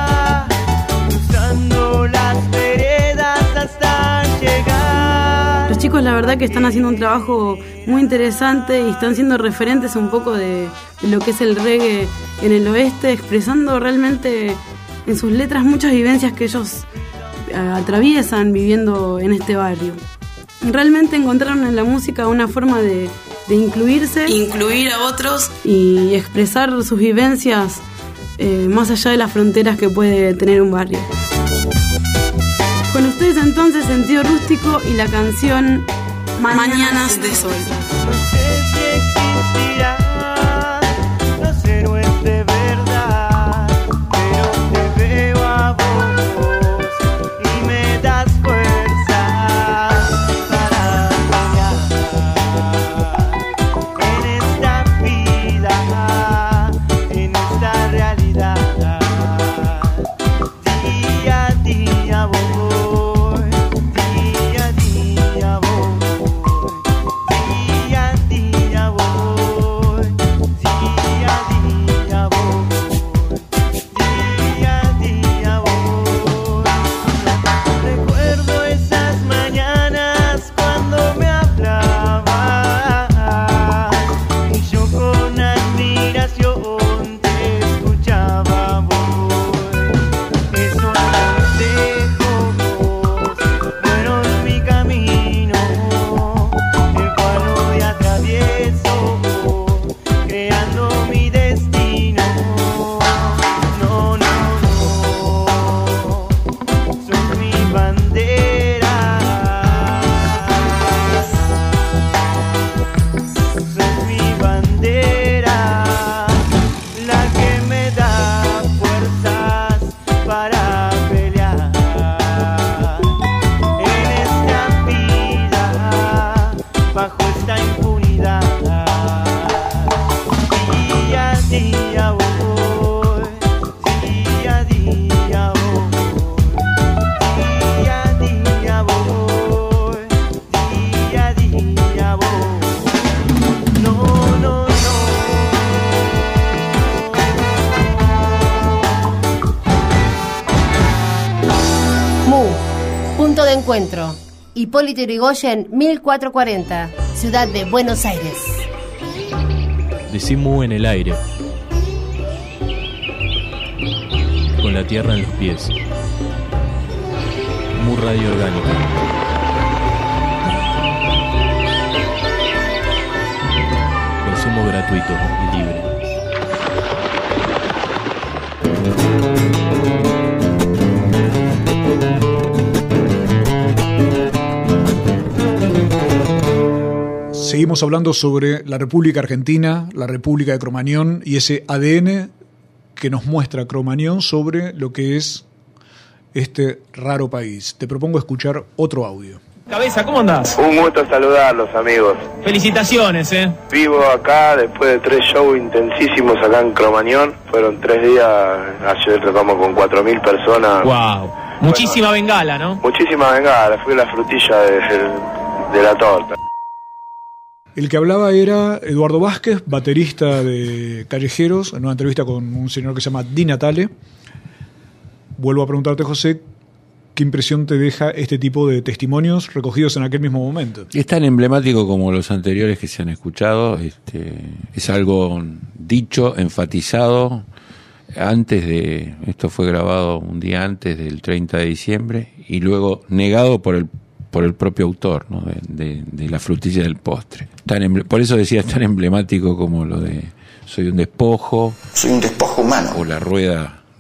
Cruzando las veredas hasta llegar. Los chicos la verdad que están haciendo un trabajo muy interesante y están siendo referentes un poco de lo que es el reggae en el oeste, expresando realmente en sus letras muchas vivencias que ellos atraviesan viviendo en este barrio. Realmente encontraron en la música una forma de incluirse, incluir a otros y expresar sus vivencias más allá de las fronteras que puede tener un barrio. Con ustedes entonces Sentido Rústico y la canción Mañanas de Sol. No sé si existirán los héroes de verdad, pero te veo a vos y me das fuerza para pelear en esta vida, en esta realidad. Día a día voy, día a día voy. Día a día voy, día a día voy, día a día voy. Recuerdo esas mañanas cuando me hablabas y yo con admiración te escuchaba vos. Esos consejos fueron mi camino, el cual hoy atravieso, creando mi destino. No, no, no, sos mi bandera, sos mi bandera, la que me da fuerzas para pelear en esta vida, bajo esta impunidad. Día a día voy, día a día voy, día a día voy, día a día voy. No, no, no. MU, punto de encuentro. Hipólito Yrigoyen, 1440, Ciudad de Buenos Aires. Decí mu en el aire, con la tierra en los pies. Mu Radio Orgánica. Consumo gratuito y libre. Seguimos hablando sobre la República Argentina, la República de Cromañón y ese ADN que nos muestra Cromañón sobre lo que es este raro país. Te propongo escuchar otro audio. Cabeza, ¿cómo andás? Un gusto saludarlos, amigos. Felicitaciones, Vivo acá después de 3 shows intensísimos acá en Cromañón. Fueron 3 días, ayer tratamos con 4.000 personas. Wow. Muchísima bengala, ¿no? Muchísima bengala, fue la frutilla de la torta. El que hablaba era Eduardo Vázquez, baterista de Callejeros, en una entrevista con un señor que se llama Di Natale. Vuelvo a preguntarte, José, ¿qué impresión te deja este tipo de testimonios recogidos en aquel mismo momento? Es tan emblemático como los anteriores que se han escuchado. Es algo dicho, enfatizado, antes de... Esto fue grabado un día antes del 30 de diciembre y luego negado por el propio autor, ¿no? de la frutilla del postre. Por eso decía, es tan emblemático como lo de soy un despojo. Soy un despojo humano. O la rueda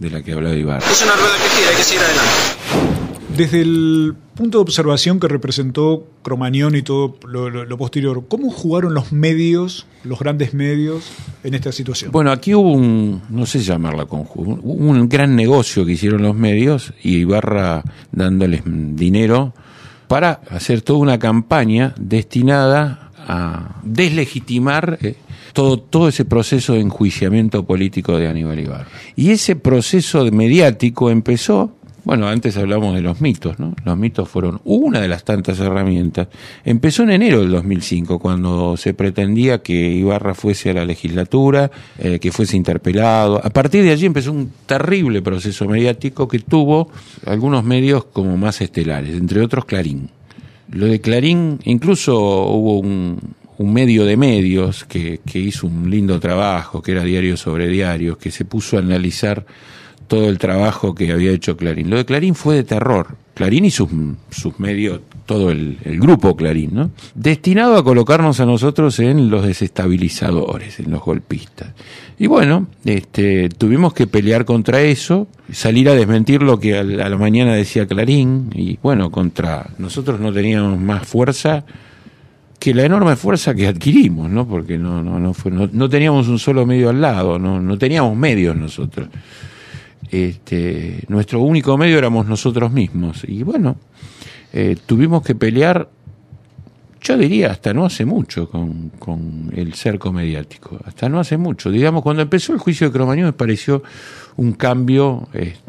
de la que hablaba Ibarra. Es una rueda que gira, hay que seguir adelante. Desde el punto de observación que representó Cromañón y todo lo posterior, ¿cómo jugaron los medios, los grandes medios, en esta situación? Bueno, aquí hubo no sé llamarla conjunto, hubo un gran negocio que hicieron los medios y Ibarra dándoles dinero para hacer toda una campaña destinada a deslegitimar todo ese proceso de enjuiciamiento político de Aníbal Ibarra. Y ese proceso mediático empezó. Bueno, antes hablamos de los mitos, ¿no? Los mitos fueron una de las tantas herramientas. Empezó en enero del 2005, cuando se pretendía que Ibarra fuese a la legislatura, que fuese interpelado. A partir de allí empezó un terrible proceso mediático que tuvo algunos medios como más estelares, entre otros Clarín. Lo de Clarín, incluso hubo un medio de medios que hizo un lindo trabajo, que era Diario sobre Diarios, que se puso a analizar todo el trabajo que había hecho Clarín. Lo de Clarín fue de terror. Clarín y sus medios, todo el grupo Clarín, ¿no? Destinado a colocarnos a nosotros en los desestabilizadores, en los golpistas. Y bueno, tuvimos que pelear contra eso, salir a desmentir lo que a la mañana decía Clarín, y bueno, nosotros no teníamos más fuerza que la enorme fuerza que adquirimos, ¿no? Porque no teníamos un solo medio al lado, no teníamos medios nosotros. Nuestro único medio éramos nosotros mismos. Y bueno, tuvimos que pelear, yo diría, hasta no hace mucho con el cerco mediático. Hasta no hace mucho. Digamos, cuando empezó el juicio de Cromañón me pareció un cambio,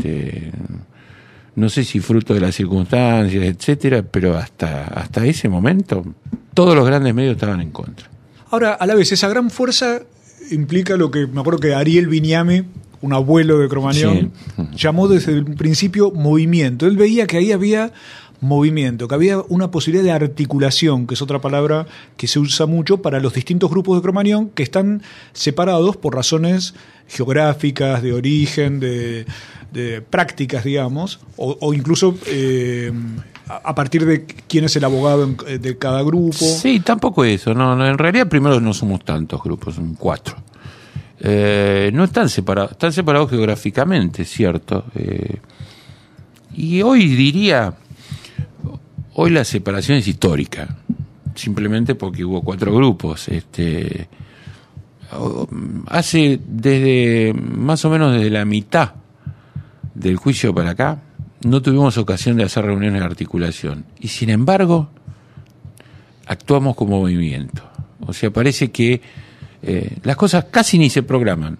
no sé si fruto de las circunstancias, etcétera, pero hasta ese momento todos los grandes medios estaban en contra. Ahora, a la vez, esa gran fuerza implica lo que me acuerdo que Ariel Viñame, un abuelo de Cromañón, llamó desde el principio movimiento. Él veía que ahí había movimiento, que había una posibilidad de articulación, que es otra palabra que se usa mucho para los distintos grupos de Cromañón que están separados por razones geográficas, de origen, de prácticas, digamos, o incluso a partir de quién es el abogado de cada grupo. Sí, tampoco eso. No, en realidad primero no somos tantos grupos, son 4. No están separados geográficamente, cierto. Y hoy la separación es histórica, simplemente porque hubo 4 grupos. Hace más o menos desde la mitad del juicio para acá, no tuvimos ocasión de hacer reuniones de articulación. Y sin embargo, actuamos como movimiento. O sea, parece que las cosas casi ni se programan.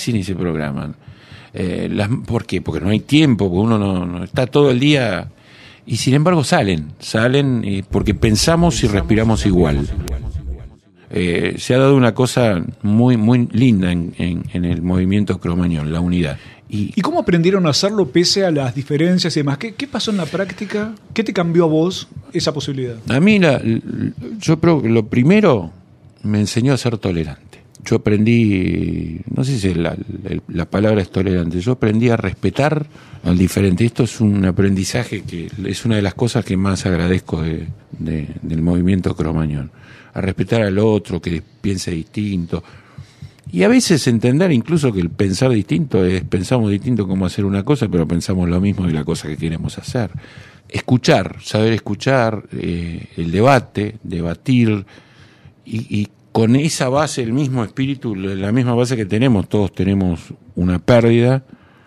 ¿Por qué? Porque no hay tiempo, porque uno no está todo el día, y sin embargo salen porque pensamos y respiramos igual. Se ha dado una cosa muy, muy linda en el movimiento Cromañón, la unidad. ¿Y cómo aprendieron a hacerlo pese a las diferencias y demás? ¿Qué pasó en la práctica? ¿Qué te cambió a vos esa posibilidad? A mí, yo creo que lo primero me enseñó a ser tolerante. Yo aprendí, no sé si la palabra es tolerante, yo aprendí a respetar al diferente. Esto es un aprendizaje que es una de las cosas que más agradezco del movimiento Cromañón. A respetar al otro, que piense distinto. Y a veces entender incluso que el pensar distinto pensamos distinto cómo hacer una cosa, pero pensamos lo mismo de la cosa que queremos hacer. Escuchar, saber escuchar, el debate, debatir, y con esa base, el mismo espíritu, la misma base que tenemos, todos tenemos una pérdida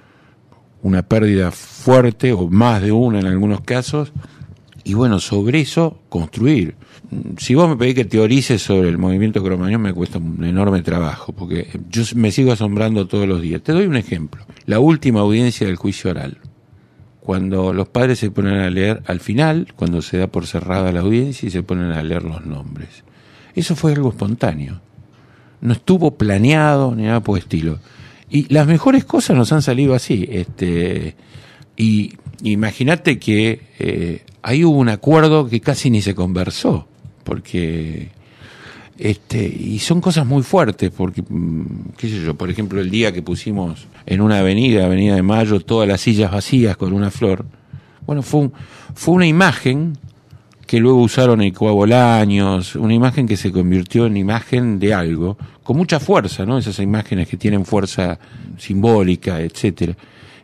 fuerte, o más de una en algunos casos, y bueno, sobre eso construir. Si vos me pedís que teorice sobre el movimiento Cromañón, me cuesta un enorme trabajo, porque yo me sigo asombrando todos los días. Te doy un ejemplo. La última audiencia del juicio oral. Cuando los padres se ponen a leer, al final, cuando se da por cerrada la audiencia, y se ponen a leer los nombres. Eso fue algo espontáneo. No estuvo planeado ni nada por el estilo. Y las mejores cosas nos han salido así. Y imagínate que ahí hubo un acuerdo que casi ni se conversó, porque y son cosas muy fuertes, porque qué sé yo, por ejemplo, el día que pusimos en una avenida de Mayo, todas las sillas vacías con una flor, bueno, fue una imagen que luego usaron en Coabolaños, una imagen que se convirtió en imagen de algo con mucha fuerza, ¿no? Esas imágenes que tienen fuerza simbólica, etcétera.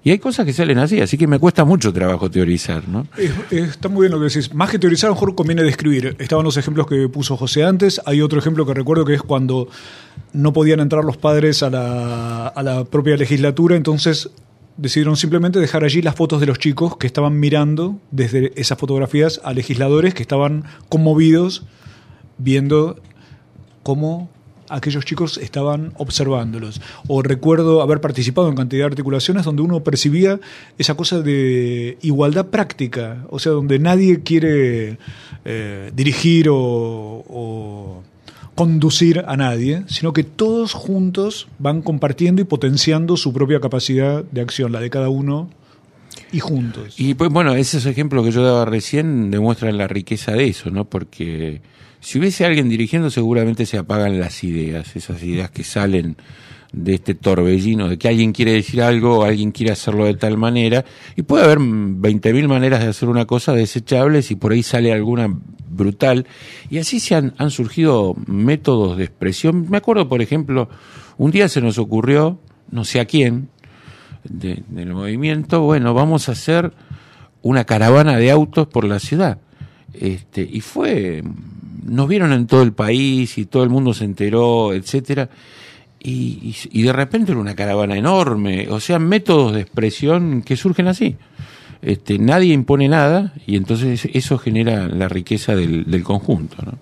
Y hay cosas que salen así que me cuesta mucho trabajo teorizar, ¿no? Está muy bien lo que decís. Más que teorizar, a lo mejor conviene describir. Estaban los ejemplos que puso José antes. Hay otro ejemplo que recuerdo que es cuando no podían entrar los padres a la propia legislatura, entonces decidieron simplemente dejar allí las fotos de los chicos que estaban mirando desde esas fotografías a legisladores que estaban conmovidos viendo cómo aquellos chicos estaban observándolos. O recuerdo haber participado en cantidad de articulaciones donde uno percibía esa cosa de igualdad práctica, o sea, donde nadie quiere dirigir o conducir a nadie, sino que todos juntos van compartiendo y potenciando su propia capacidad de acción, la de cada uno, y juntos. Y pues bueno, esos ejemplos que yo daba recién demuestran la riqueza de eso, ¿no? Porque si hubiese alguien dirigiendo, seguramente se apagan las ideas, esas ideas que salen de este torbellino, de que alguien quiere decir algo o alguien quiere hacerlo de tal manera, y puede haber 20.000 maneras de hacer una cosa desechables y por ahí sale alguna brutal, y así han surgido métodos de expresión. Me acuerdo, por ejemplo, un día se nos ocurrió, no sé a quién, del movimiento, bueno, vamos a hacer una caravana de autos por la ciudad, y nos vieron en todo el país y todo el mundo se enteró, etcétera. Y de repente era una caravana enorme, o sea, métodos de expresión que surgen así. Nadie impone nada y entonces eso genera la riqueza del conjunto, ¿no?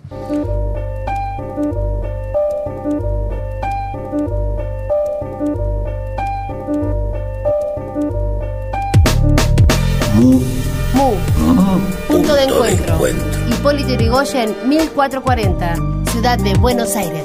Punto de encuentro. Hipólito Yrigoyen, 1440, Ciudad de Buenos Aires.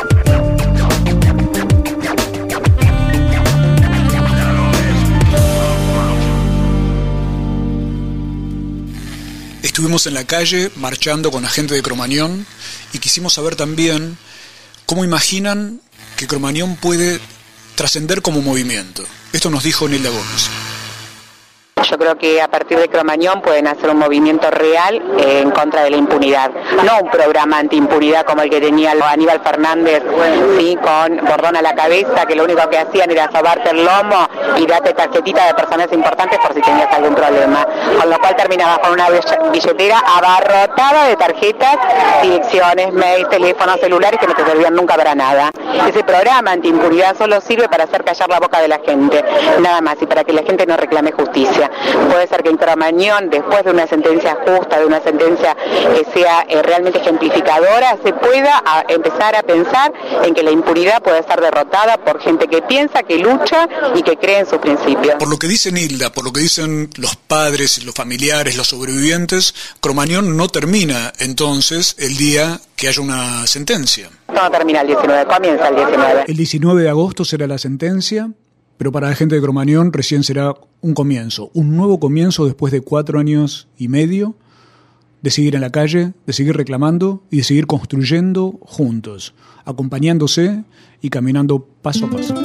Estuvimos en la calle marchando con la gente de Cromañón y quisimos saber también cómo imaginan que Cromañón puede trascender como movimiento. Esto nos dijo Nilda Gómez. Yo creo que a partir de Cromañón pueden hacer un movimiento real en contra de la impunidad. No un programa antiimpunidad como el que tenía Aníbal Fernández, ¿sí? Con bordón a la cabeza, que lo único que hacían era sobarte el lomo y darte tarjetita de personas importantes por si tenías algún problema. Con lo cual terminabas con una billetera abarrotada de tarjetas, direcciones, mails, teléfonos, celulares que no te servían nunca para nada. Ese programa antiimpunidad solo sirve para hacer callar la boca de la gente, nada más, y para que la gente no reclame justicia. Puede ser que en Cromañón, después de una sentencia justa, de una sentencia que sea realmente ejemplificadora, se pueda empezar a pensar en que la impunidad puede ser derrotada por gente que piensa, que lucha y que cree en sus principios. Por lo que dice Nilda, por lo que dicen los padres, los familiares, los sobrevivientes, Cromañón no termina entonces el día que haya una sentencia. No termina el 19, comienza el 19. El 19 de agosto será la sentencia, pero para la gente de Cromañón recién será un comienzo, un nuevo comienzo después de 4 años y medio de seguir en la calle, de seguir reclamando y de seguir construyendo juntos, acompañándose y caminando paso a paso.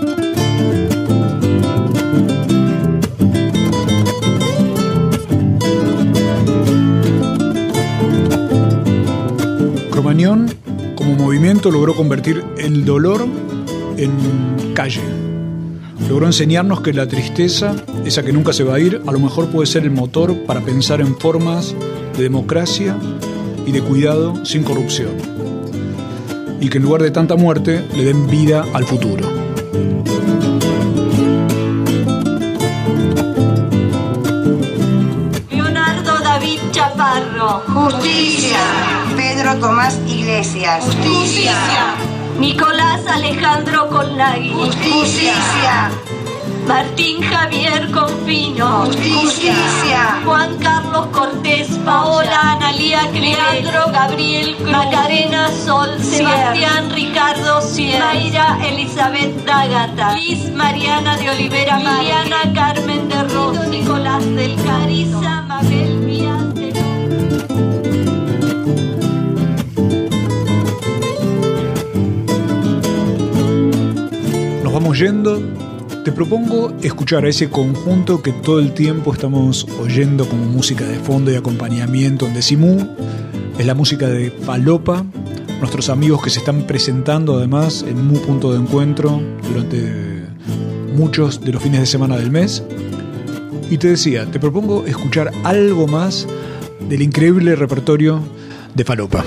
Cromañón, como movimiento, logró convertir el dolor en calle. Logró enseñarnos que la tristeza, esa que nunca se va a ir, a lo mejor puede ser el motor para pensar en formas de democracia y de cuidado sin corrupción. Y que en lugar de tanta muerte, le den vida al futuro. Leonardo David Chaparro. Justicia. Pedro Tomás Iglesias. Justicia. Nicolás Alejandro Colnagui. Justicia. Martín Javier Confino. Justicia. Juan Carlos Cortés, Paola Analía Leandro Gabriel Cruz, Macarena Sol, Sebastián Ricardo Cier, Mayra Elizabeth D'Agata, Liz Mariana de Olivera, Mariana Carmen de Rossi, Nicolás del Carissa, Mabel Díaz de Nos vamos yendo. Te propongo escuchar a ese conjunto que todo el tiempo estamos oyendo como música de fondo y acompañamiento en Decimú. Es la música de Falopa, nuestros amigos que se están presentando además en Mu Punto de Encuentro durante muchos de los fines de semana del mes. Y te decía, te propongo escuchar algo más del increíble repertorio de Falopa.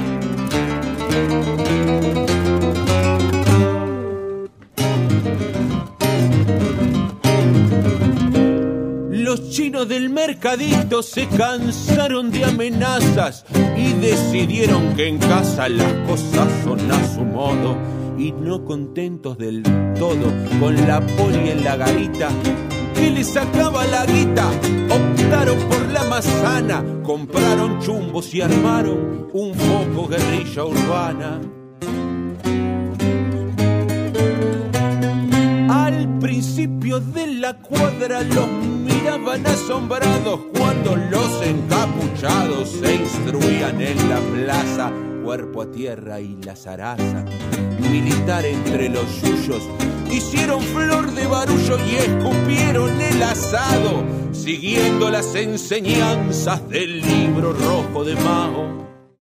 Los chinos del mercadito se cansaron de amenazas y decidieron que en casa las cosas son a su modo. Y no contentos del todo con la poli en la garita que les sacaba la guita, optaron por la manzana, compraron chumbos y armaron un foco guerrilla urbana. Al principio de la cuadra los miraban asombrados cuando los encapuchados se instruían en la plaza, cuerpo a tierra y la zaraza. Militar entre los suyos, hicieron flor de barullo y escupieron el asado, siguiendo las enseñanzas del libro rojo de Mao.